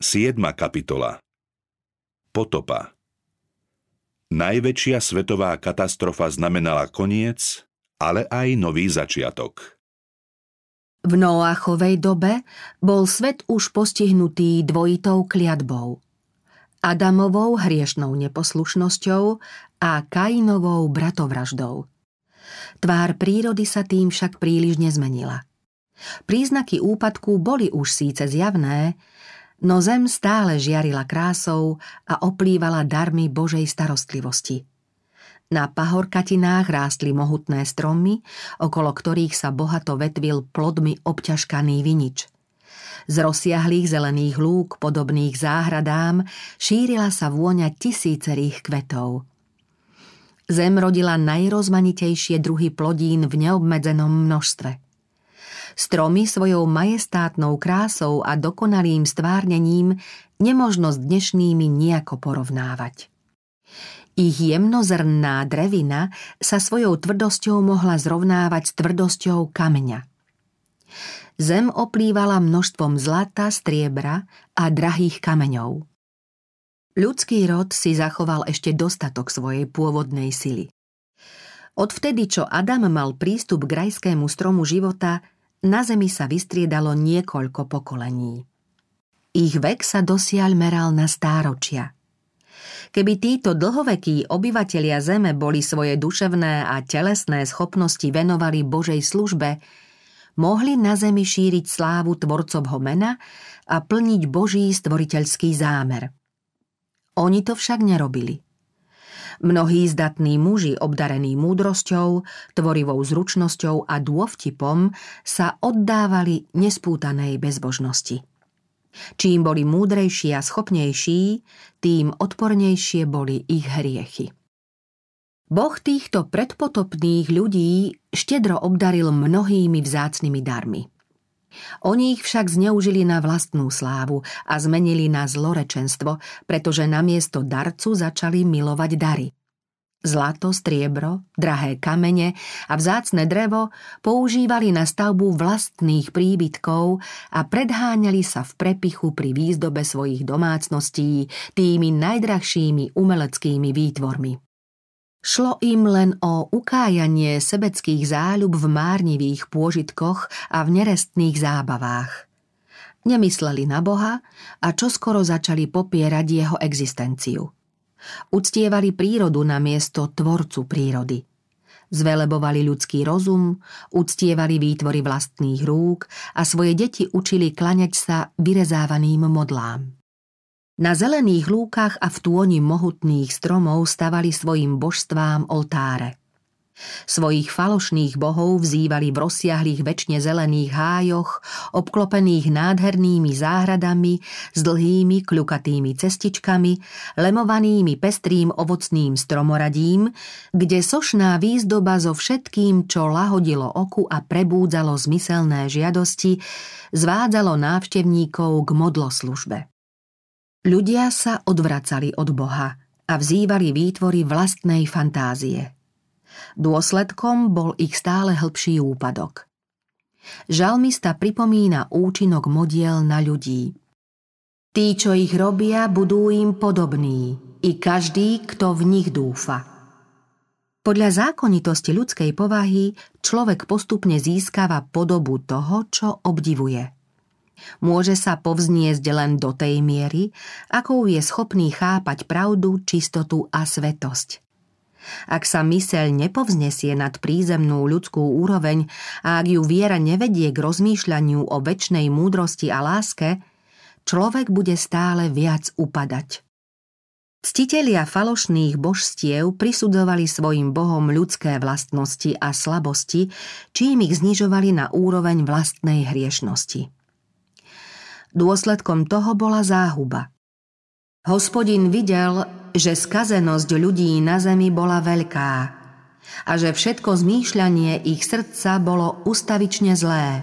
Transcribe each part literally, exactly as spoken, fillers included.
siedma kapitola. Potopa. Najväčšia svetová katastrofa znamenala koniec, ale aj nový začiatok. V Noachovej dobe bol svet už postihnutý dvojitou kliatbou. Adamovou hriešnou neposlušnosťou a Kainovou bratovraždou. Tvár prírody sa tým však príliš nezmenila. Príznaky úpadku boli už síce zjavné, no zem stále žiarila krásou a oplývala darmi Božej starostlivosti. Na pahorkatinách rástli mohutné stromy, okolo ktorých sa bohato vetvil plodmi obťažkaný vinič. Z rozsiahlých zelených lúk, podobných záhradám, šírila sa vôňa tisícerých kvetov. Zem rodila najrozmanitejšie druhy plodín v neobmedzenom množstve. Stromy svojou majestátnou krásou a dokonalým stvárnením nemožno s dnešnými nejako porovnávať. Ich jemnozrnná drevina sa svojou tvrdosťou mohla zrovnávať s tvrdosťou kameňa. Zem oplývala množstvom zlata, striebra a drahých kameňov. Ľudský rod si zachoval ešte dostatok svojej pôvodnej sily. Odvtedy, čo Adam mal prístup k rajskému stromu života, na zemi sa vystriedalo niekoľko pokolení. Ich vek sa dosiaľ meral na stáročia. Keby títo dlhovekí obyvatelia zeme boli svoje duševné a telesné schopnosti venovali Božej službe, mohli na zemi šíriť slávu tvorcovho mena a plniť Boží stvoriteľský zámer. Oni to však nerobili. Mnohí zdatní muži obdarení múdrosťou, tvorivou zručnosťou a dôvtipom sa oddávali nespútanej bezbožnosti. Čím boli múdrejší a schopnejší, tým odpornejšie boli ich hriechy. Boh týchto predpotopných ľudí štedro obdaril mnohými vzácnymi darmi. Oni ich však zneužili na vlastnú slávu a zmenili na zlorečenstvo, pretože namiesto darcu začali milovať dary. Zlato, striebro, drahé kamene a vzácne drevo používali na stavbu vlastných príbytkov a predháňali sa v prepichu pri výzdobe svojich domácností tými najdrahšími umeleckými výtvormi. Šlo im len o ukájanie sebeckých záľub v márnivých pôžitkoch a v nerestných zábavách. Nemysleli na Boha a čoskoro začali popierať jeho existenciu. Uctievali prírodu namiesto tvorcu prírody. Zvelebovali ľudský rozum, uctievali výtvory vlastných rúk a svoje deti učili klaňať sa vyrezávaným modlám. Na zelených lúkach a v tôni mohutných stromov stavali svojim božstvám oltáre. Svojich falošných bohov vzývali v rozsiahlých večne zelených hájoch, obklopených nádhernými záhradami s dlhými kľukatými cestičkami, lemovanými pestrým ovocným stromoradím, kde sošná výzdoba so všetkým, čo lahodilo oku a prebúdzalo zmyselné žiadosti, zvádzalo návštevníkov k modloslužbe. Ľudia sa odvracali od Boha a vzývali výtvory vlastnej fantázie. Dôsledkom bol ich stále hlbší úpadok. Žalmista pripomína účinok modiel na ľudí. Tí, čo ich robia, budú im podobní, i každý, kto v nich dúfa. Podľa zákonitosti ľudskej povahy človek postupne získava podobu toho, čo obdivuje. Môže sa povzniesť len do tej miery, akou je schopný chápať pravdu, čistotu a svetosť. Ak sa myseľ nepovznesie nad prízemnú ľudskú úroveň a ak ju viera nevedie k rozmýšľaniu o večnej múdrosti a láske, človek bude stále viac upadať. Ctitelia falošných božstiev prisudzovali svojim bohom ľudské vlastnosti a slabosti, čím ich znižovali na úroveň vlastnej hriešnosti. Dôsledkom toho bola záhuba. Hospodin videl, že skazenosť ľudí na zemi bola veľká a že všetko zmýšľanie ich srdca bolo ustavične zlé.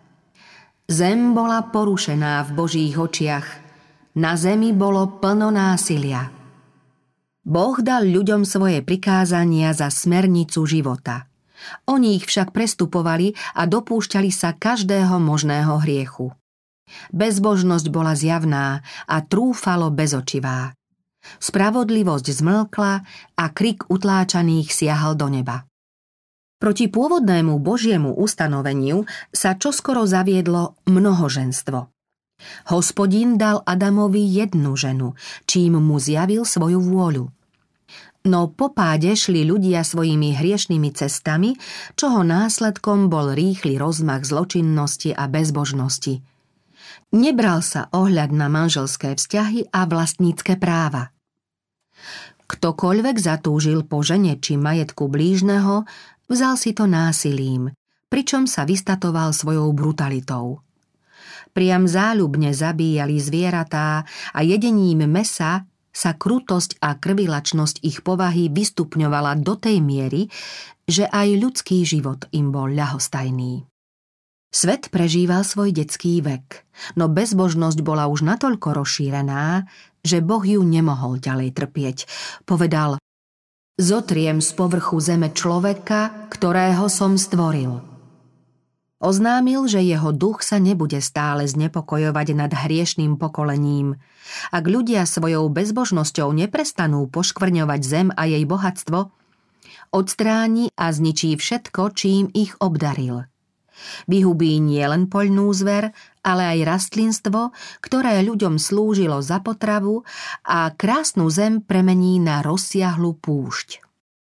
Zem bola porušená v Božích očiach, na zemi bolo plno násilia. Boh dal ľuďom svoje prikázania za smernicu života. Oni ich však prestupovali a dopúšťali sa každého možného hriechu. Bezbožnosť bola zjavná a trúfalo bezočivá. Spravodlivosť zmlkla a krik utláčaných siahal do neba. Proti pôvodnému Božiemu ustanoveniu sa čoskoro zaviedlo mnohoženstvo. Hospodin dal Adamovi jednu ženu, čím mu zjavil svoju vôľu. No po páde šli ľudia svojimi hriešnými cestami, čoho následkom bol rýchly rozmach zločinnosti a bezbožnosti. Nebral sa ohľad na manželské vzťahy a vlastnícke práva. Ktokoľvek zatúžil po žene či majetku blížneho, vzal si to násilím, pričom sa vystatoval svojou brutalitou. Priam záľubne zabíjali zvieratá a jedením mesa sa krutosť a krvilačnosť ich povahy vystupňovala do tej miery, že aj ľudský život im bol ľahostajný. Svet prežíval svoj detský vek, no bezbožnosť bola už natoľko rozšírená, že Boh ju nemohol ďalej trpieť. Povedal: Zotriem z povrchu zeme človeka, ktorého som stvoril. Oznámil, že jeho duch sa nebude stále znepokojovať nad hriešným pokolením. Ak ľudia svojou bezbožnosťou neprestanú poškvrňovať zem a jej bohatstvo, odstráni a zničí všetko, čím ich obdaril. Vyhubí nielen poľnú zver, ale aj rastlinstvo, ktoré ľuďom slúžilo za potravu, a krásnu zem premení na rozsiahlu púšť.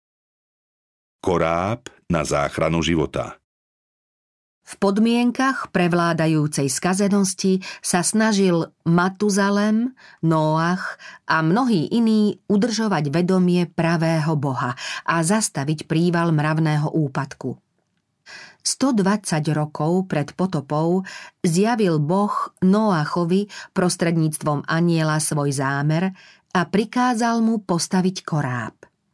Koráb na záchranu života. V podmienkach prevládajúcej skazenosti sa snažil Matuzalem, Nóach a mnohí iní udržovať vedomie pravého Boha a zastaviť príval mravného úpadku. stodvadsať rokov pred potopou zjavil Boh Nóachovi prostredníctvom anjela svoj zámer a prikázal mu postaviť koráb.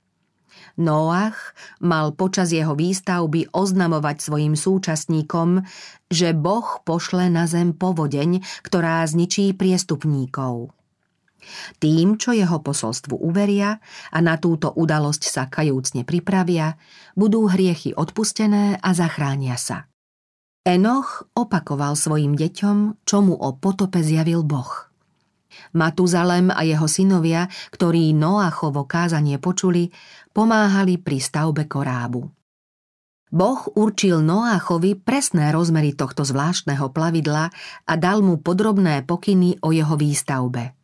Nóach mal počas jeho výstavby oznamovať svojim súčasníkom, že Boh pošle na zem povodeň, ktorá zničí priestupníkov. Tým, čo jeho posolstvu uveria a na túto udalosť sa kajúcne pripravia, budú hriechy odpustené a zachránia sa. Enoch opakoval svojim deťom, čo mu o potope zjavil Boh. Matuzalem a jeho synovia, ktorí Nóachovo kázanie počuli, pomáhali pri stavbe korábu. Boh určil Nóachovi presné rozmery tohto zvláštneho plavidla a dal mu podrobné pokyny o jeho výstavbe.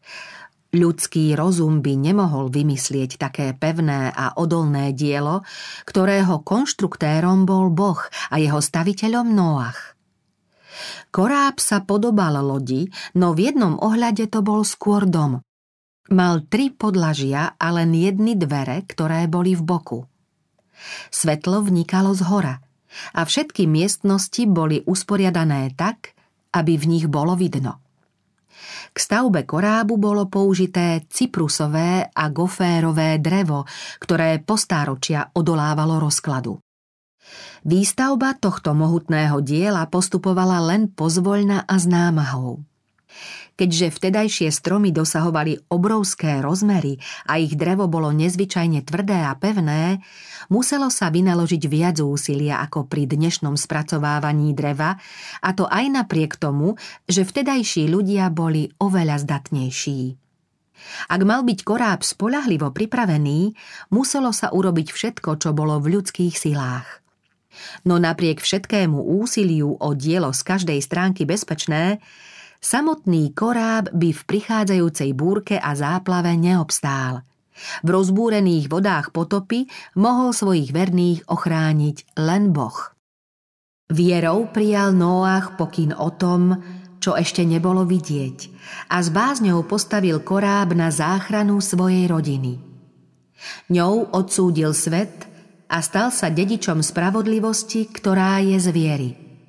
Ľudský rozum by nemohol vymyslieť také pevné a odolné dielo, ktorého konštruktérom bol Boh a jeho staviteľom Nóach. Koráb sa podobal lodi, no v jednom ohľade to bol skôr dom. Mal tri podlažia a len jedny dvere, ktoré boli v boku. Svetlo vnikalo zhora a všetky miestnosti boli usporiadané tak, aby v nich bolo vidno. K stavbe korábu bolo použité cyprusové a goférové drevo, ktoré po stáročia odolávalo rozkladu. Výstavba tohto mohutného diela postupovala len pozvoľna a s námahou. Keďže vtedajšie stromy dosahovali obrovské rozmery a ich drevo bolo nezvyčajne tvrdé a pevné, muselo sa vynaložiť viac úsilia ako pri dnešnom spracovávaní dreva, a to aj napriek tomu, že vtedajší ľudia boli oveľa zdatnejší. Ak mal byť koráb spoľahlivo pripravený, muselo sa urobiť všetko, čo bolo v ľudských silách. No napriek všetkému úsiliu o dielo z každej stránky bezpečné, samotný koráb by v prichádzajúcej búrke a záplave neobstál. V rozbúrených vodách potopy mohol svojich verných ochrániť len Boh. Vierou prijal Nóach pokyn o tom, čo ešte nebolo vidieť, a s bázňou postavil koráb na záchranu svojej rodiny. Ňou odsúdil svet a stal sa dedičom spravodlivosti, ktorá je z viery.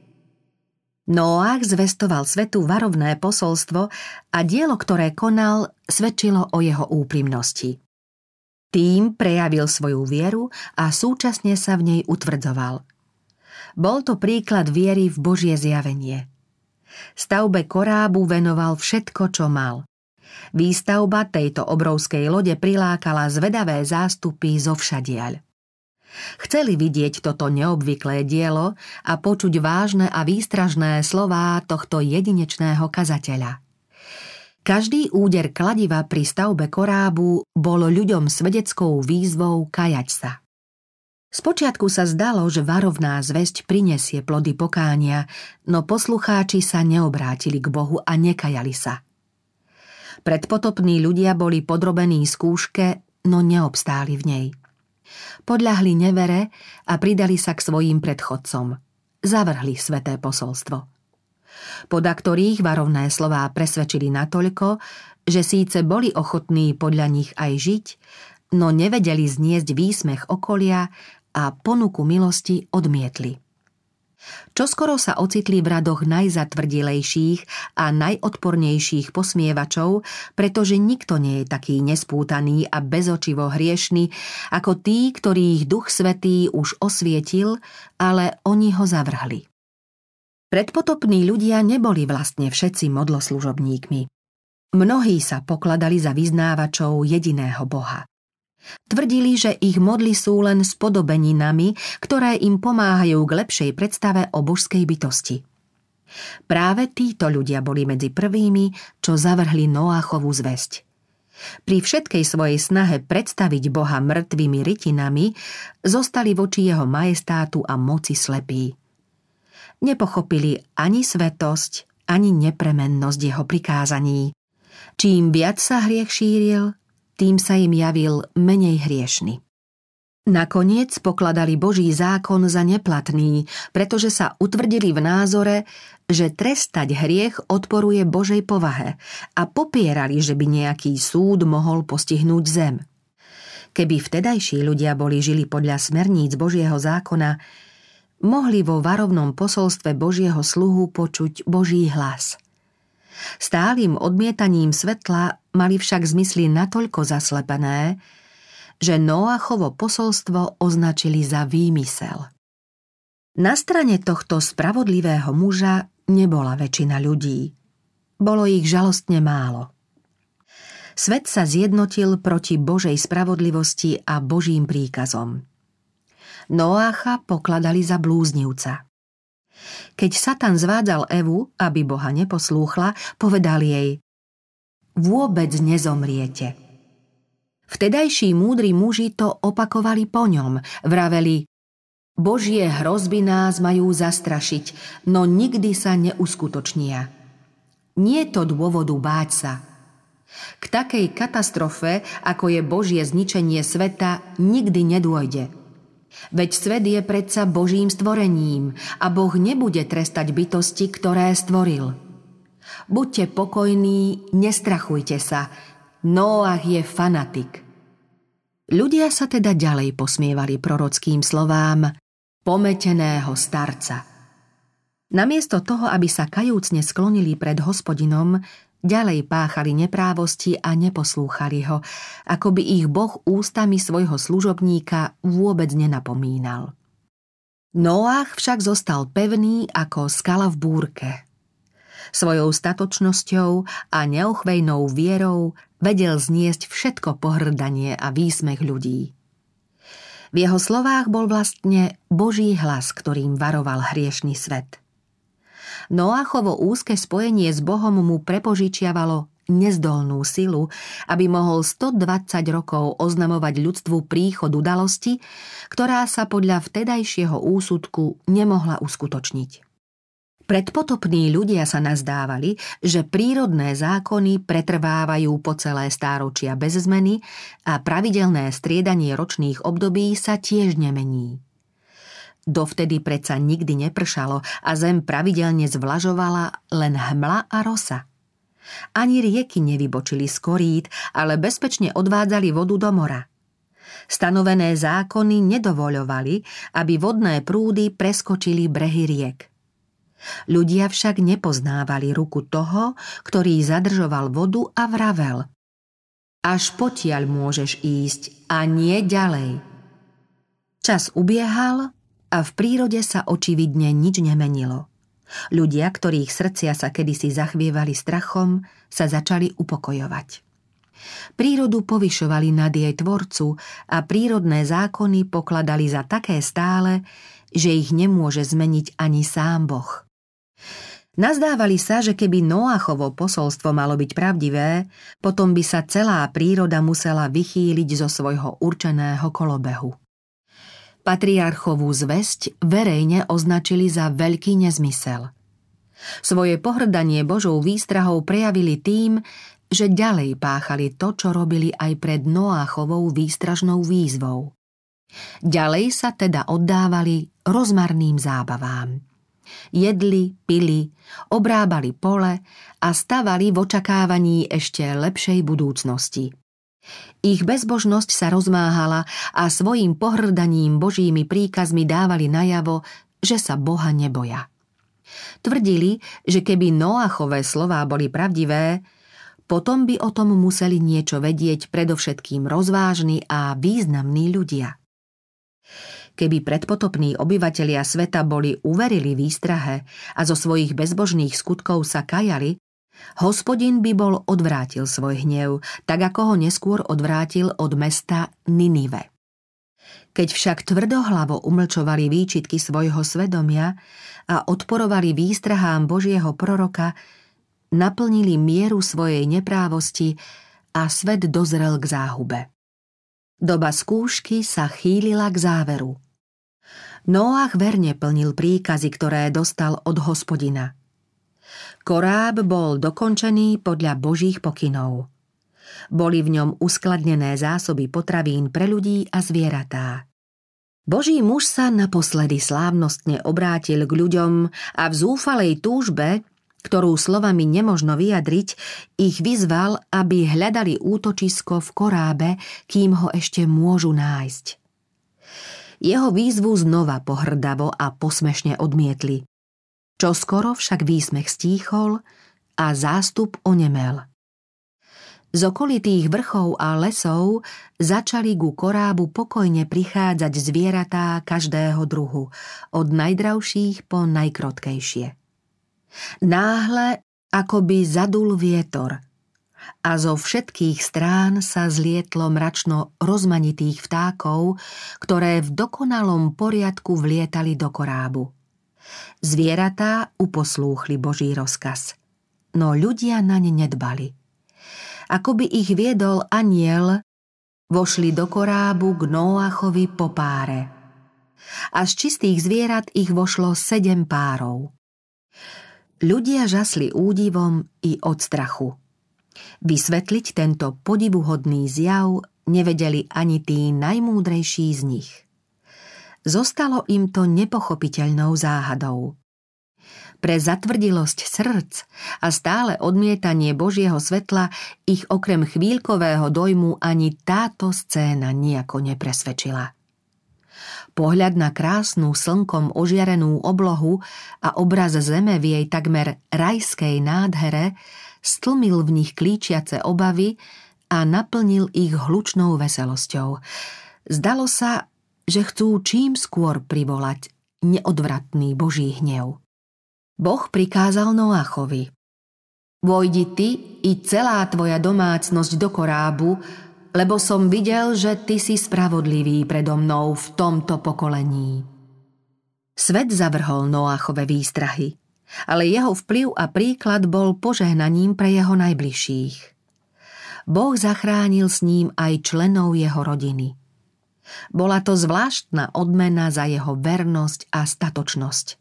Nóach zvestoval svetu varovné posolstvo a dielo, ktoré konal, svedčilo o jeho úprimnosti. Tým prejavil svoju vieru a súčasne sa v nej utvrdzoval. Bol to príklad viery v Božie zjavenie. Stavbe korábu venoval všetko, čo mal. Výstavba tejto obrovskej lode prilákala zvedavé zástupy zo všadiaľ. Chceli vidieť toto neobvyklé dielo a počuť vážne a výstražné slová tohto jedinečného kazateľa. Každý úder kladiva pri stavbe korábu bol ľuďom svedeckou výzvou kajať sa. Spočiatku sa zdalo, že varovná zvesť prinesie plody pokánia, no poslucháči sa neobrátili k Bohu a nekajali sa. Predpotopní ľudia boli podrobení skúške, no neobstáli v nej. Podľahli nevere a pridali sa k svojim predchodcom. Zavrhli sväté posolstvo. Podľa ktorých varovné slová presvedčili natoľko, že síce boli ochotní podľa nich aj žiť, no nevedeli zniesť výsmech okolia a ponuku milosti odmietli. Čoskoro sa ocitli v radoch najzatvrdilejších a najodpornejších posmievačov, pretože nikto nie je taký nespútaný a bezočivo hriešny ako tí, ktorých Duch Svätý už osvietil, ale oni ho zavrhli. Predpotopní ľudia neboli vlastne všetci modloslužobníkmi. Mnohí sa pokladali za vyznávačov jediného Boha. Tvrdili, že ich modly sú len spodobeninami, ktoré im pomáhajú k lepšej predstave o božskej bytosti. Práve títo ľudia boli medzi prvými, čo zavrhli Noáchovú zvesť. Pri všetkej svojej snahe predstaviť Boha mŕtvými rytinami, zostali voči jeho majestátu a moci slepí. Nepochopili ani svetosť, ani nepremennosť jeho prikázaní. Čím viac sa hriech šíril, tým sa im javil menej hriešny. Nakoniec pokladali Boží zákon za neplatný, pretože sa utvrdili v názore, že trestať hriech odporuje Božej povahe a popierali, že by nejaký súd mohol postihnúť zem. Keby vtedajší ľudia boli žili podľa smerníc Božieho zákona, mohli vo varovnom posolstve Božieho sluhu počuť Boží hlas. Stálym odmietaním svetla mali však zmysly natoľko zaslepené, že Noáchovo posolstvo označili za výmysel. Na strane tohto spravodlivého muža nebola väčšina ľudí. Bolo ich žalostne málo. Svet sa zjednotil proti Božej spravodlivosti a Božím príkazom. Noácha pokladali za blúznivca. Keď Satan zvádzal Evu, aby Boha neposlúchla, povedal jej: vôbec nezomriete. Vtedajší múdri muži to opakovali po ňom, vraveli: Božie hrozby nás majú zastrašiť, no nikdy sa neuskutočnia. Nie to dôvodu báť sa. K takej katastrofe, ako je Božie zničenie sveta, nikdy nedôjde. Veď svet je predsa Božím stvorením a Boh nebude trestať bytosti, ktoré stvoril. Buďte pokojní, nestrachujte sa. Noach je fanatik. Ľudia sa teda ďalej posmievali prorockým slovám pometeného starca. Namiesto toho, aby sa kajúcne sklonili pred Hospodinom, ďalej páchali neprávosti a neposlúchali ho, ako by ich Boh ústami svojho služobníka vôbec nenapomínal. Noach však zostal pevný ako skala v búrke. Svojou statočnosťou a neochvejnou vierou vedel zniesť všetko pohrdanie a výsmech ľudí. V jeho slovách bol vlastne Boží hlas, ktorým varoval hriešny svet. Noáchovo úzke spojenie s Bohom mu prepožičiavalo nezdolnú silu, aby mohol stodvadsať rokov oznamovať ľudstvu príchod udalosti, ktorá sa podľa vtedajšieho úsudku nemohla uskutočniť. Predpotopní ľudia sa nazdávali, že prírodné zákony pretrvávajú po celé stáročia bez zmeny a pravidelné striedanie ročných období sa tiež nemení. Dovtedy predsa nikdy nepršalo a zem pravidelne zvlažovala len hmla a rosa. Ani rieky nevybočili z korít, ale bezpečne odvádzali vodu do mora. Stanovené zákony nedovoľovali, aby vodné prúdy preskočili brehy riek. Ľudia však nepoznávali ruku toho, ktorý zadržoval vodu a vravel: až potiaľ môžeš ísť a nie ďalej. Čas ubiehal a v prírode sa očividne nič nemenilo. Ľudia, ktorých srdcia sa kedysi zachvievali strachom, sa začali upokojovať. Prírodu povyšovali nad jej tvorcu a prírodné zákony pokladali za také stále, že ich nemôže zmeniť ani sám Boh. Nazdávali sa, že keby Noachovo posolstvo malo byť pravdivé, potom by sa celá príroda musela vychýliť zo svojho určeného kolobehu. Patriarchovú zvesť verejne označili za veľký nezmysel. Svoje pohrdanie Božou výstrahou prejavili tým, že ďalej páchali to, čo robili aj pred Noachovou výstražnou výzvou. Ďalej sa teda oddávali rozmarným zábavám. Jedli, pili, obrábali pole a stavali v očakávaní ešte lepšej budúcnosti. Ich bezbožnosť sa rozmáhala a svojím pohrdaním Božími príkazmi dávali najavo, že sa Boha neboja. Tvrdili, že keby Noachové slová boli pravdivé, potom by o tom museli niečo vedieť predovšetkým rozvážni a významní ľudia. Keby predpotopní obyvatelia sveta boli uverili výstrahe a zo svojich bezbožných skutkov sa kajali, Hospodin by bol odvrátil svoj hnev, tak ako ho neskôr odvrátil od mesta Ninive. Keď však tvrdohlavo umlčovali výčitky svojho svedomia a odporovali výstrahám Božieho proroka, naplnili mieru svojej neprávosti a svet dozrel k záhube. Doba skúšky sa chýlila k záveru. Noach verne plnil príkazy, ktoré dostal od Hospodina. Koráb bol dokončený podľa Božích pokynov. Boli v ňom uskladnené zásoby potravín pre ľudí a zvieratá. Boží muž sa naposledy slávnostne obrátil k ľuďom a v zúfalej túžbe, ktorú slovami nemožno vyjadriť, ich vyzval, aby hľadali útočisko v korábe, kým ho ešte môžu nájsť. Jeho výzvu znova pohrdavo a posmešne odmietli. Čoskoro však výsmech stíchol a zástup onemel. Z okolitých vrchov a lesov začali ku korábu pokojne prichádzať zvieratá každého druhu, od najdravších po najkrotkejšie. Náhle akoby zadul vietor a zo všetkých strán sa zlietlo mračno rozmanitých vtákov, ktoré v dokonalom poriadku vlietali do korábu. Zvieratá uposlúchli Boží rozkaz, no ľudia na ne nedbali. Akoby ich viedol anjel, vošli do korábu k Noachovi po páre. A z čistých zvierat ich vošlo sedem párov. Ľudia žasli údivom i od strachu. Vysvetliť tento podivuhodný zjav nevedeli ani tí najmúdrejší z nich. Zostalo im to nepochopiteľnou záhadou. Pre zatvrdilosť srdc a stále odmietanie Božieho svetla ich okrem chvíľkového dojmu ani táto scéna nejako nepresvedčila. Pohľad na krásnu slnkom ožiarenú oblohu a obraz zeme v jej takmer rajskej nádhere stlmil v nich klíčiace obavy a naplnil ich hlučnou veselosťou. Zdalo sa, že chcú čím skôr privolať neodvratný Boží hnev. Boh prikázal Noachovi: Vojdi ty i celá tvoja domácnosť do korábu, lebo som videl, že ty si spravodlivý predo mnou v tomto pokolení. Svet zavrhol Noachove výstrahy, ale jeho vplyv a príklad bol požehnaním pre jeho najbližších. Boh zachránil s ním aj členov jeho rodiny. Bola to zvláštna odmena za jeho vernosť a statočnosť.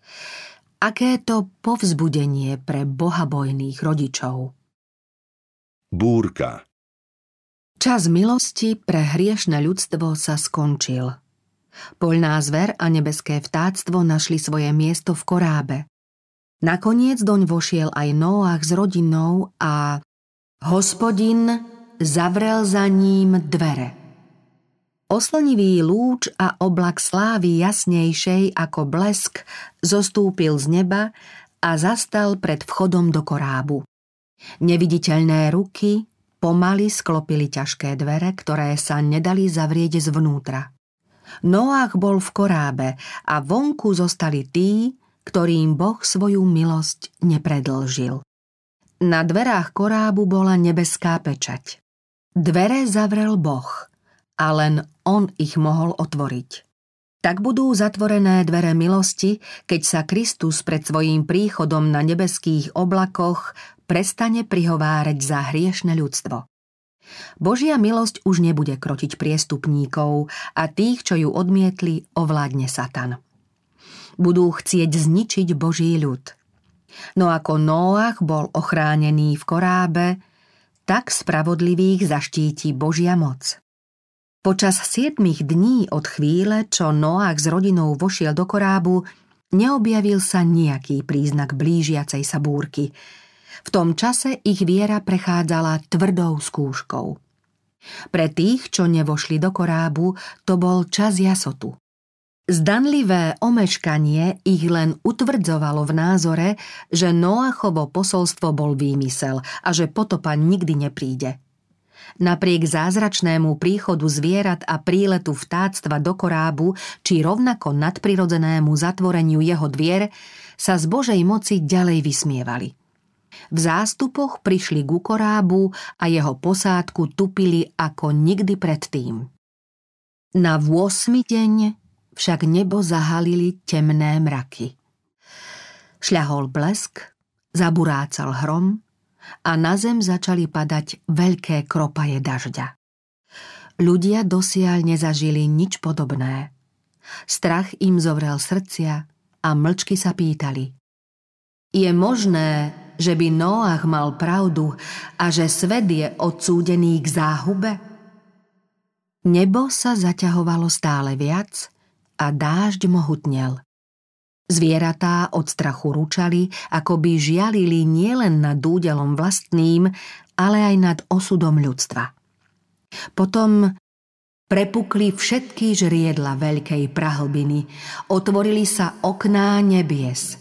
Aké to povzbudenie pre bohabojných rodičov. Búrka. Čas milosti pre hriešne ľudstvo sa skončil. Poľná zver a nebeské vtáctvo našli svoje miesto v korábe. Nakoniec doň vošiel aj Noach s rodinou a Hospodin zavrel za ním dvere. Oslnivý lúč a oblak slávy jasnejšej ako blesk zostúpil z neba a zastal pred vchodom do korábu. Neviditeľné ruky pomaly sklopili ťažké dvere, ktoré sa nedali zavrieť zvnútra. Noach bol v korábe a vonku zostali tí, ktorým Boh svoju milosť nepredĺžil. Na dverách korábu bola nebeská pečať. Dvere zavrel Boh a len on ich mohol otvoriť. Tak budú zatvorené dvere milosti, keď sa Kristus pred svojím príchodom na nebeských oblakoch prestane prihovárať za hriešne ľudstvo. Božia milosť už nebude krotiť priestupníkov a tých, čo ju odmietli, ovládne Satan. Budú chcieť zničiť Boží ľud. No ako Nóach bol ochránený v korábe, tak spravodlivých zaštíti Božia moc. Počas siedmich dní od chvíle, čo Nóach s rodinou vošiel do korábu, neobjavil sa nejaký príznak blížiacej sa búrky. V tom čase ich viera prechádzala tvrdou skúškou. Pre tých, čo nevošli do korábu, to bol čas jasotu. Zdanlivé omeškanie ich len utvrdzovalo v názore, že Nóachovo posolstvo bol výmysel a že potopa nikdy nepríde. Napriek zázračnému príchodu zvierat a príletu vtáctva do korábu či rovnako nadprirodzenému zatvoreniu jeho dvier sa z Božej moci ďalej vysmievali. V zástupoch prišli ku korábu a jeho posádku tupili ako nikdy predtým. Na vôsmy deň však nebo zahalili temné mraky. Šľahol blesk, zaburácal hrom a na zem začali padať veľké kropaje dažďa. Ľudia dosiaľ nezažili nič podobné. Strach im zovrel srdcia a mlčky sa pýtali: Je možné, že by Nóach mal pravdu a že svet je odsúdený k záhube? Nebo sa zaťahovalo stále viac a dážď mohutnel. Zvieratá od strachu ručali, ako by žialili nielen nad údelom vlastným, ale aj nad osudom ľudstva. Potom prepukli všetky žriedla veľkej prahlbiny, otvorili sa okná nebies.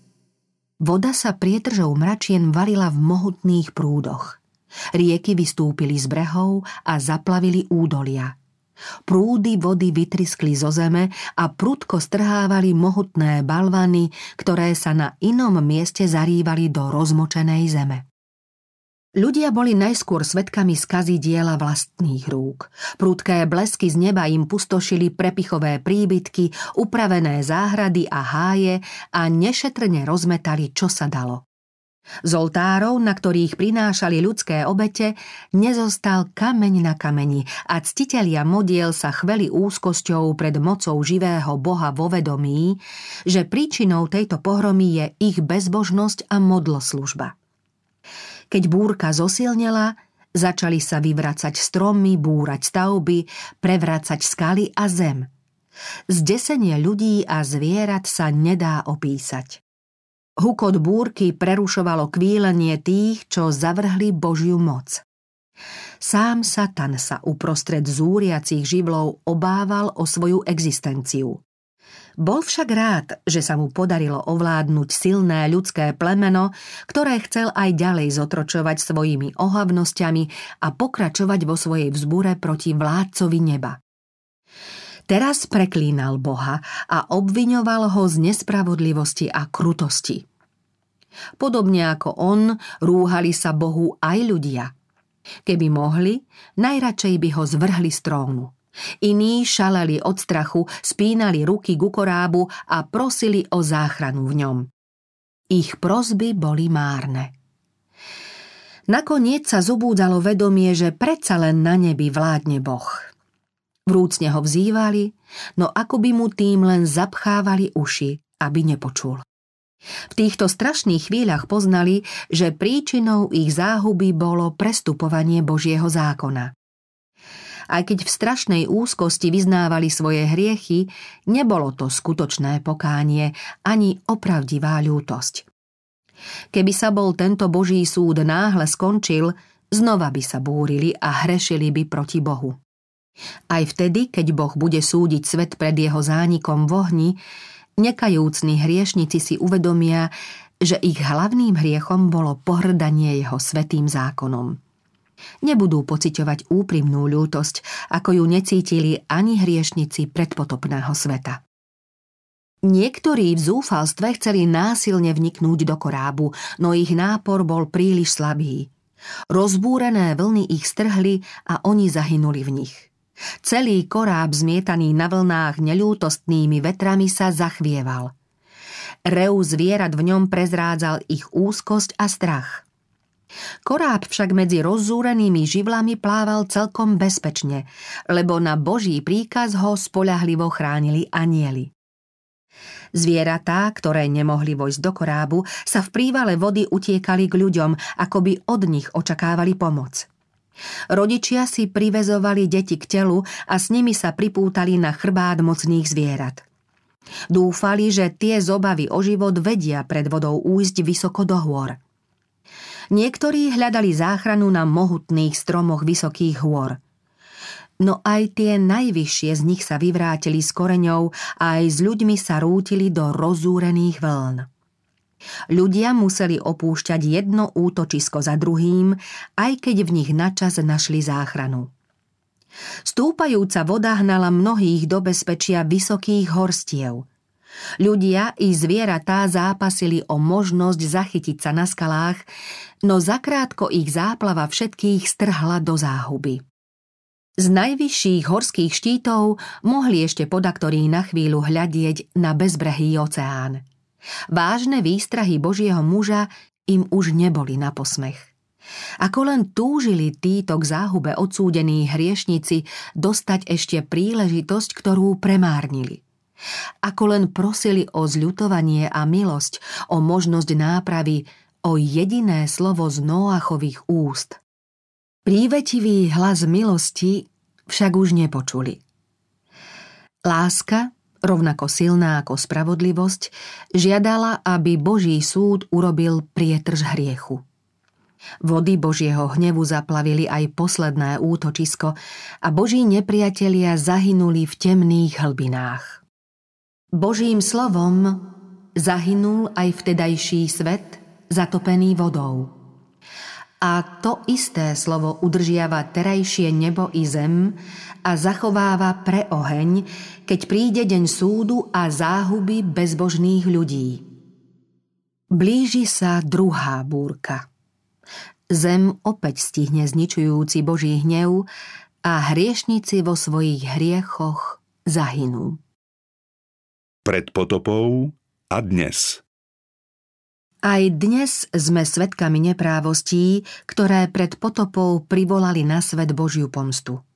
Voda sa prietržou mračien valila v mohutných prúdoch. Rieky vystúpili z brehov a zaplavili údolia. Prúdy vody vytriskli zo zeme a prudko strhávali mohutné balvany, ktoré sa na inom mieste zarývali do rozmočenej zeme. Ľudia boli najskôr svedkami skazy diela vlastných rúk. Prudké blesky z neba im pustošili prepichové príbytky, upravené záhrady a háje a nešetrne rozmetali, čo sa dalo. Z oltárov, na ktorých prinášali ľudské obete, nezostal kameň na kameni a ctitelia modiel sa chveli úzkosťou pred mocou živého Boha vo vedomí, že príčinou tejto pohromy je ich bezbožnosť a modloslužba. Keď búrka zosilnela, začali sa vyvracať stromy, búrať stavby, prevracať skaly a zem. Zdesenie ľudí a zvierat sa nedá opísať. Hukot búrky prerušovalo kvílenie tých, čo zavrhli Božiu moc. Sám Satan sa uprostred zúriacich živlov obával o svoju existenciu. Bol však rád, že sa mu podarilo ovládnuť silné ľudské plemeno, ktoré chcel aj ďalej zotročovať svojimi ohavnosťami a pokračovať vo svojej vzbure proti vládcovi neba. Teraz preklínal Boha a obviňoval ho z nespravodlivosti a krutosti. Podobne ako on, rúhali sa Bohu aj ľudia. Keby mohli, najradšej by ho zvrhli z trónu. Iní šaleli od strachu, spínali ruky ku korábu a prosili o záchranu v ňom. Ich prosby boli márne. Nakoniec sa zobúdzalo vedomie, že predsa len na nebi vládne Boh. Vrúcne ho vzývali, no ako by mu tým len zapchávali uši, aby nepočul. V týchto strašných chvíľach poznali, že príčinou ich záhuby bolo prestupovanie Božieho zákona. Aj keď v strašnej úzkosti vyznávali svoje hriechy, nebolo to skutočné pokánie ani opravdivá ľútosť. Keby sa bol tento Boží súd náhle skončil, znova by sa búrili a hrešili by proti Bohu. Aj vtedy, keď Boh bude súdiť svet pred jeho zánikom v ohni, nekajúcni hriešnici si uvedomia, že ich hlavným hriechom bolo pohŕdanie jeho svätým zákonom. Nebudú pociťovať úprimnú ľútosť, ako ju necítili ani hriešnici predpotopného sveta. Niektorí v zúfalstve chceli násilne vniknúť do korábu, no ich nápor bol príliš slabý. Rozbúrené vlny ich strhli a oni zahynuli v nich. Celý koráb zmietaný na vlnách neľútostnými vetrami sa zachvieval. Rev zvierat v ňom prezrádzal ich úzkosť a strach. Koráb však medzi rozzúrenými živlami plával celkom bezpečne, lebo na Boží príkaz ho spoľahlivo chránili anjeli. Zvieratá, ktoré nemohli vojsť do korábu, sa v prívale vody utiekali k ľuďom, ako by od nich očakávali pomoc. Rodičia si priväzovali deti k telu a s nimi sa pripútali na chrbát mocných zvierat. Dúfali, že tie z obavy o život vedia pred vodou újsť vysoko do hôr. Niektorí hľadali záchranu na mohutných stromoch vysokých hôr. No aj tie najvyššie z nich sa vyvrátili s koreňou a aj s ľuďmi sa rútili do rozúrených vln. Ľudia museli opúšťať jedno útočisko za druhým, aj keď v nich načas našli záchranu. Stúpajúca voda hnala mnohých do bezpečia vysokých horstiev. Ľudia i zvieratá zápasili o možnosť zachytiť sa na skalách, no zakrátko ich záplava všetkých strhla do záhuby. Z najvyšších horských štítov mohli ešte podaktorí na chvíľu hľadieť na bezbrehý oceán. Vážne výstrahy Božieho muža im už neboli na posmech. Ako len túžili títo k záhube odsúdení hriešnici dostať ešte príležitosť, ktorú premárnili. Ako len prosili o zľutovanie a milosť, o možnosť nápravy, o jediné slovo z Noachových úst. Prívetivý hlas milosti však už nepočuli. Láska, rovnako silná ako spravodlivosť, žiadala, aby Boží súd urobil prietrž hriechu. Vody Božieho hnevu zaplavili aj posledné útočisko a Boží nepriatelia zahynuli v temných hlbinách. Božím slovom zahynul aj vtedajší svet, zatopený vodou. A to isté slovo udržiava terajšie nebo i zem a zachováva pre oheň, keď príde deň súdu a záhuby bezbožných ľudí. Blíži sa druhá búrka. Zem opäť stihne zničujúci Boží hnev a hriešnici vo svojich hriechoch zahynú. Pred potopou a dnes. Aj dnes sme svedkami neprávostí, ktoré pred potopou privolali na svet Božiu pomstu.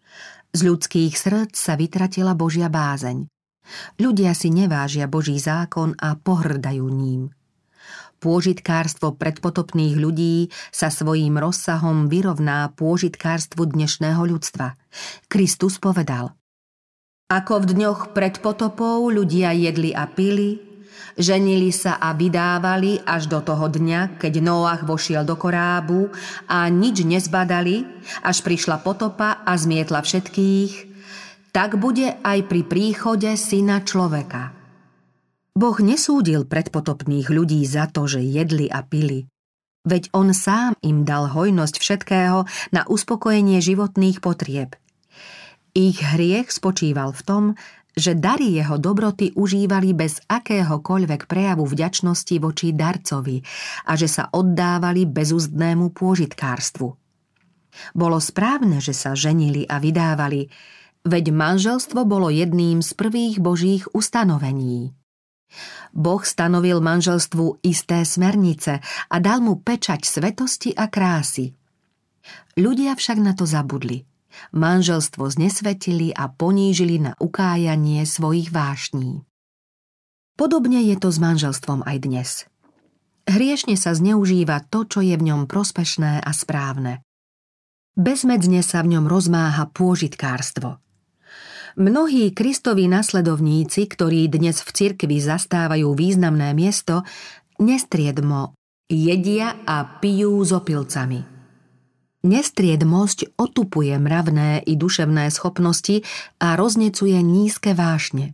Z ľudských srdc sa vytratila Božia bázeň. Ľudia si nevážia Boží zákon a pohrdajú ním. Pôžitkárstvo predpotopných ľudí sa svojím rozsahom vyrovná pôžitkárstvu dnešného ľudstva. Kristus povedal: Ako v dňoch pred potopou ľudia jedli a pili, ženili sa a vydávali až do toho dňa, keď Noach vošiel do korábu a nič nezbadali, až prišla potopa a zmietla všetkých, tak bude aj pri príchode Syna človeka. Boh nesúdil predpotopných ľudí za to, že jedli a pili. Veď on sám im dal hojnosť všetkého na uspokojenie životných potrieb. Ich hriech spočíval v tom, že dary jeho dobroty užívali bez akéhokoľvek prejavu vďačnosti voči darcovi a že sa oddávali bezúzdnému pôžitkárstvu. Bolo správne, že sa ženili a vydávali, veď manželstvo bolo jedným z prvých Božích ustanovení. Boh stanovil manželstvu isté smernice a dal mu pečať svetosti a krásy. Ľudia však na to zabudli. Manželstvo znesvetili a ponížili na ukájanie svojich vášní. Podobne je to s manželstvom aj dnes. Hriešne sa zneužíva to, čo je v ňom prospešné a správne. Bezmedzne sa v ňom rozmáha pôžitkárstvo. Mnohí Kristovi nasledovníci, ktorí dnes v cirkvi zastávajú významné miesto, nestriedmo jedia a pijú s opilcami. Nestriedmosť otupuje mravné i duševné schopnosti a roznecuje nízke vášne.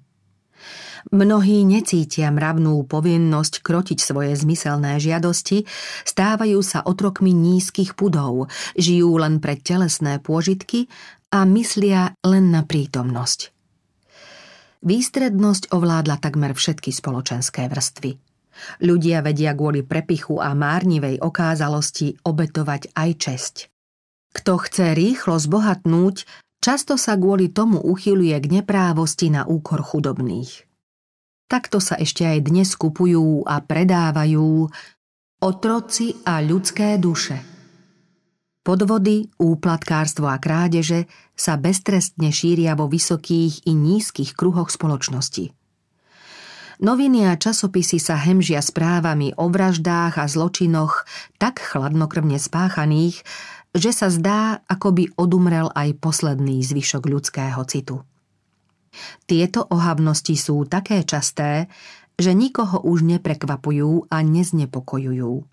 Mnohí necítia mravnú povinnosť krotiť svoje zmyselné žiadosti, stávajú sa otrokmi nízkych pudov, žijú len pre telesné pôžitky a myslia len na prítomnosť. Výstrednosť ovládla takmer všetky spoločenské vrstvy. Ľudia vedia kvôli prepichu a márnivej okázalosti obetovať aj česť. Kto chce rýchlo zbohatnúť, často sa kvôli tomu uchyľuje k neprávosti na úkor chudobných. Takto sa ešte aj dnes kupujú a predávajú otroci a ľudské duše. Podvody, úplatkárstvo a krádeže sa beztrestne šíria vo vysokých i nízkych kruhoch spoločnosti. Noviny a časopisy sa hemžia správami o vraždách a zločinoch tak chladnokrvne spáchaných, že sa zdá, ako by odumrel aj posledný zvyšok ľudského citu. Tieto ohavnosti sú také časté, že nikoho už neprekvapujú a neznepokojujú.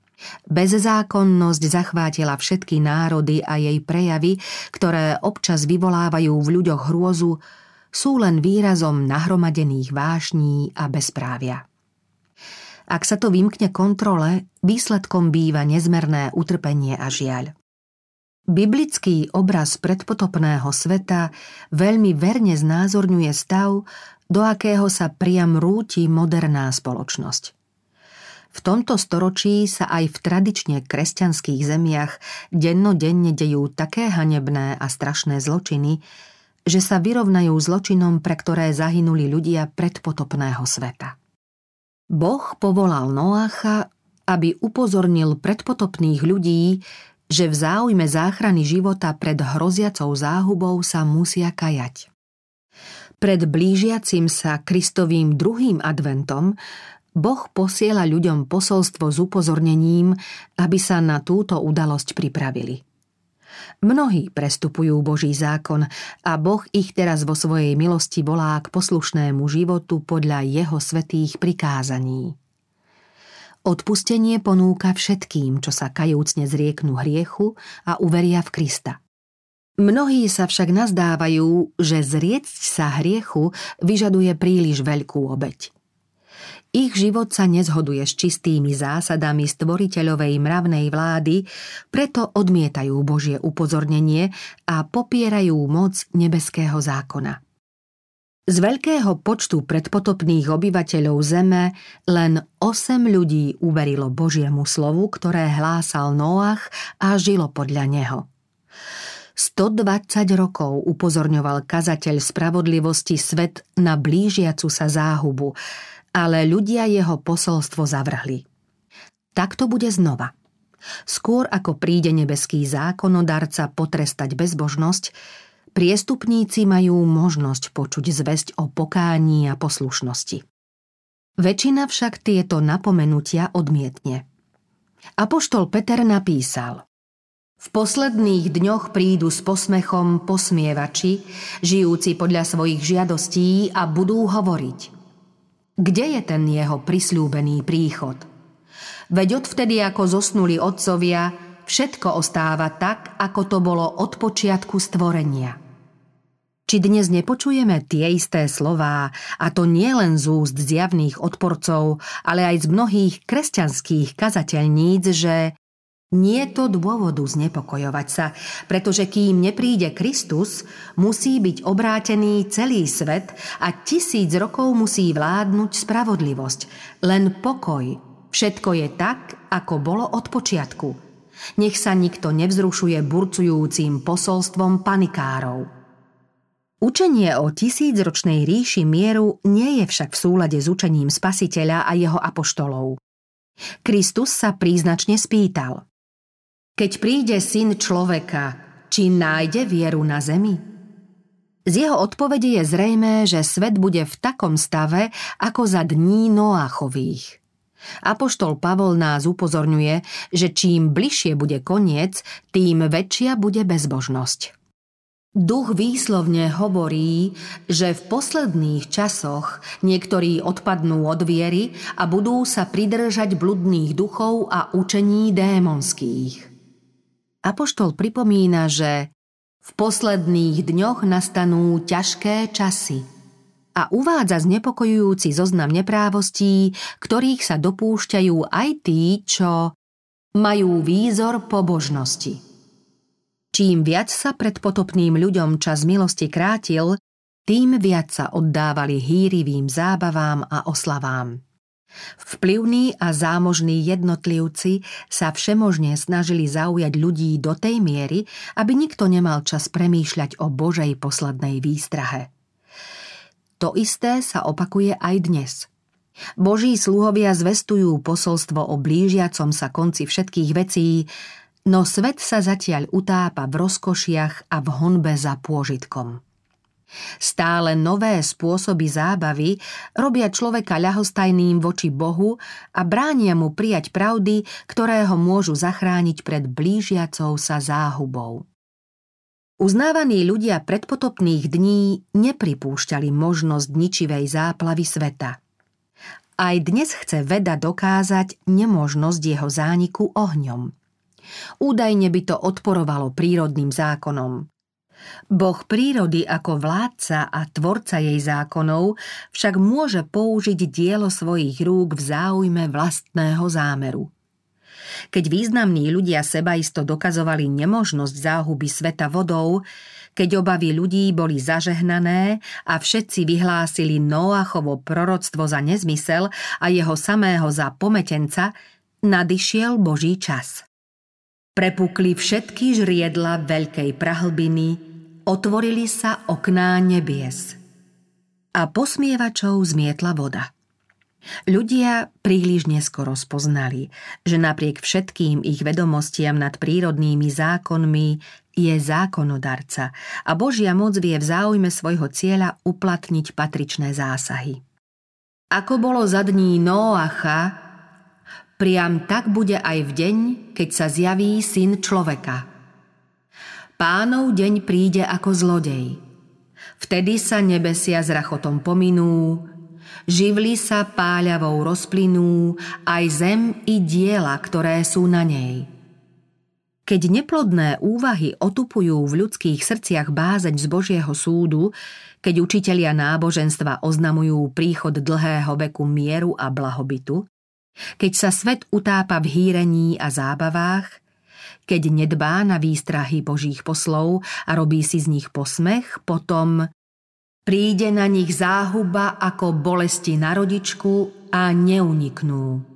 Bezzákonnosť zachvátila všetky národy a jej prejavy, ktoré občas vyvolávajú v ľuďoch hrôzu, sú len výrazom nahromadených vášní a bezprávia. Ak sa to vymkne kontrole, výsledkom býva nezmerné utrpenie a žiaľ. Biblický obraz predpotopného sveta veľmi verne znázorňuje stav, do akého sa priam rúti moderná spoločnosť. V tomto storočí sa aj v tradične kresťanských zemiach dennodenne dejú také hanebné a strašné zločiny, že sa vyrovnajú zločinom, pre ktoré zahynuli ľudia predpotopného sveta. Boh povolal Noácha, aby upozornil predpotopných ľudí, že v záujme záchrany života pred hroziacou záhubou sa musia kajať. Pred blížiacim sa Kristovým druhým adventom Boh posiela ľuďom posolstvo s upozornením, aby sa na túto udalosť pripravili. Mnohí prestupujú Boží zákon a Boh ich teraz vo svojej milosti volá k poslušnému životu podľa jeho svätých prikázaní. Odpustenie ponúka všetkým, čo sa kajúcne zrieknú hriechu a uveria v Krista. Mnohí sa však nazdávajú, že zriecť sa hriechu vyžaduje príliš veľkú obeť. Ich život sa nezhoduje s čistými zásadami stvoriteľovej mravnej vlády, preto odmietajú Božie upozornenie a popierajú moc nebeského zákona. Z veľkého počtu predpotopných obyvateľov zeme len osem ľudí uverilo Božiemu slovu, ktoré hlásal Noach a žilo podľa neho. stodvadsať rokov upozorňoval kazateľ spravodlivosti svet na blížiacu sa záhubu, ale ľudia jeho posolstvo zavrhli. Tak to bude znova. Skôr ako príde nebeský zákonodarca potrestať bezbožnosť, priestupníci majú možnosť počuť zvesť o pokání a poslušnosti. Väčšina však tieto napomenutia odmietne. Apoštol Peter napísal: V posledných dňoch prídu s posmechom posmievači, žijúci podľa svojich žiadostí a budú hovoriť: Kde je ten jeho prisľúbený príchod? Veď odvtedy, ako zosnuli otcovia, všetko ostáva tak, ako to bolo od počiatku stvorenia. Či dnes nepočujeme tie isté slová, a to nie len z úst zjavných odporcov, ale aj z mnohých kresťanských kazateľníc, že nie je to dôvodu znepokojovať sa, pretože kým nepríde Kristus, musí byť obrátený celý svet a tisíc rokov musí vládnuť spravodlivosť. Len pokoj. Všetko je tak, ako bolo od počiatku. Nech sa nikto nevzrušuje burcujúcim posolstvom panikárov. Učenie o tisícročnej ríši mieru nie je však v súlade s učením Spasiteľa a jeho apoštolov. Kristus sa príznačne spýtal: Keď príde Syn človeka, či nájde vieru na zemi? Z jeho odpovede je zrejmé, že svet bude v takom stave, ako za dní Noáchových. Apoštol Pavol nás upozorňuje, že čím bližšie bude koniec, tým väčšia bude bezbožnosť. Duch výslovne hovorí, že v posledných časoch niektorí odpadnú od viery a budú sa pridržať bludných duchov a učení démonských. Apoštol pripomína, že v posledných dňoch nastanú ťažké časy a uvádza znepokojujúci zoznam neprávostí, ktorých sa dopúšťajú aj tí, čo majú výzor pobožnosti. Čím viac sa pred potopným ľuďom čas milosti krátil, tým viac sa oddávali hýrivým zábavám a oslavám. Vplyvní a zámožní jednotlivci sa všemožne snažili zaujať ľudí do tej miery, aby nikto nemal čas premýšľať o Božej poslednej výstrahe. To isté sa opakuje aj dnes. Boží sluhovia zvestujú posolstvo o blížiacom sa konci všetkých vecí, no svet sa zatiaľ utápa v rozkošiach a v honbe za pôžitkom. Stále nové spôsoby zábavy robia človeka ľahostajným voči Bohu a bránia mu prijať pravdy, ktoré ho môžu zachrániť pred blížiacou sa záhubou. Uznávaní ľudia predpotopných dní nepripúšťali možnosť ničivej záplavy sveta. Aj dnes chce veda dokázať nemožnosť jeho zániku ohňom. Údajne by to odporovalo prírodným zákonom. Boh prírody ako vládca a tvorca jej zákonov však môže použiť dielo svojich rúk v záujme vlastného zámeru. Keď významní ľudia sebaisto dokazovali nemožnosť záhuby sveta vodou, keď obavy ľudí boli zažehnané a všetci vyhlásili Nóachovo proroctvo za nezmysel a jeho samého za pometenca, nadišiel Boží čas. Prepukli všetky žriedla veľkej prahlbiny, otvorili sa okná nebies a posmievačov zmietla voda. Ľudia príliš neskoro spoznali, že napriek všetkým ich vedomostiam nad prírodnými zákonmi je zákonodarca a Božia moc vie v záujme svojho cieľa uplatniť patričné zásahy. Ako bolo za dní Nóacha, priam tak bude aj v deň, keď sa zjaví Syn človeka. Pánov deň príde ako zlodej. Vtedy sa nebesia s rachotom pominú, živly sa páľavou rozplynú, aj zem i diela, ktoré sú na nej. Keď neplodné úvahy otupujú v ľudských srdciach bázeň z Božieho súdu, keď učitelia náboženstva oznamujú príchod dlhého veku mieru a blahobytu, keď sa svet utápa v hýrení a zábavách, keď nedbá na výstrahy Božích poslov a robí si z nich posmech, potom príde na nich záhuba ako bolesti na rodičku a neuniknú.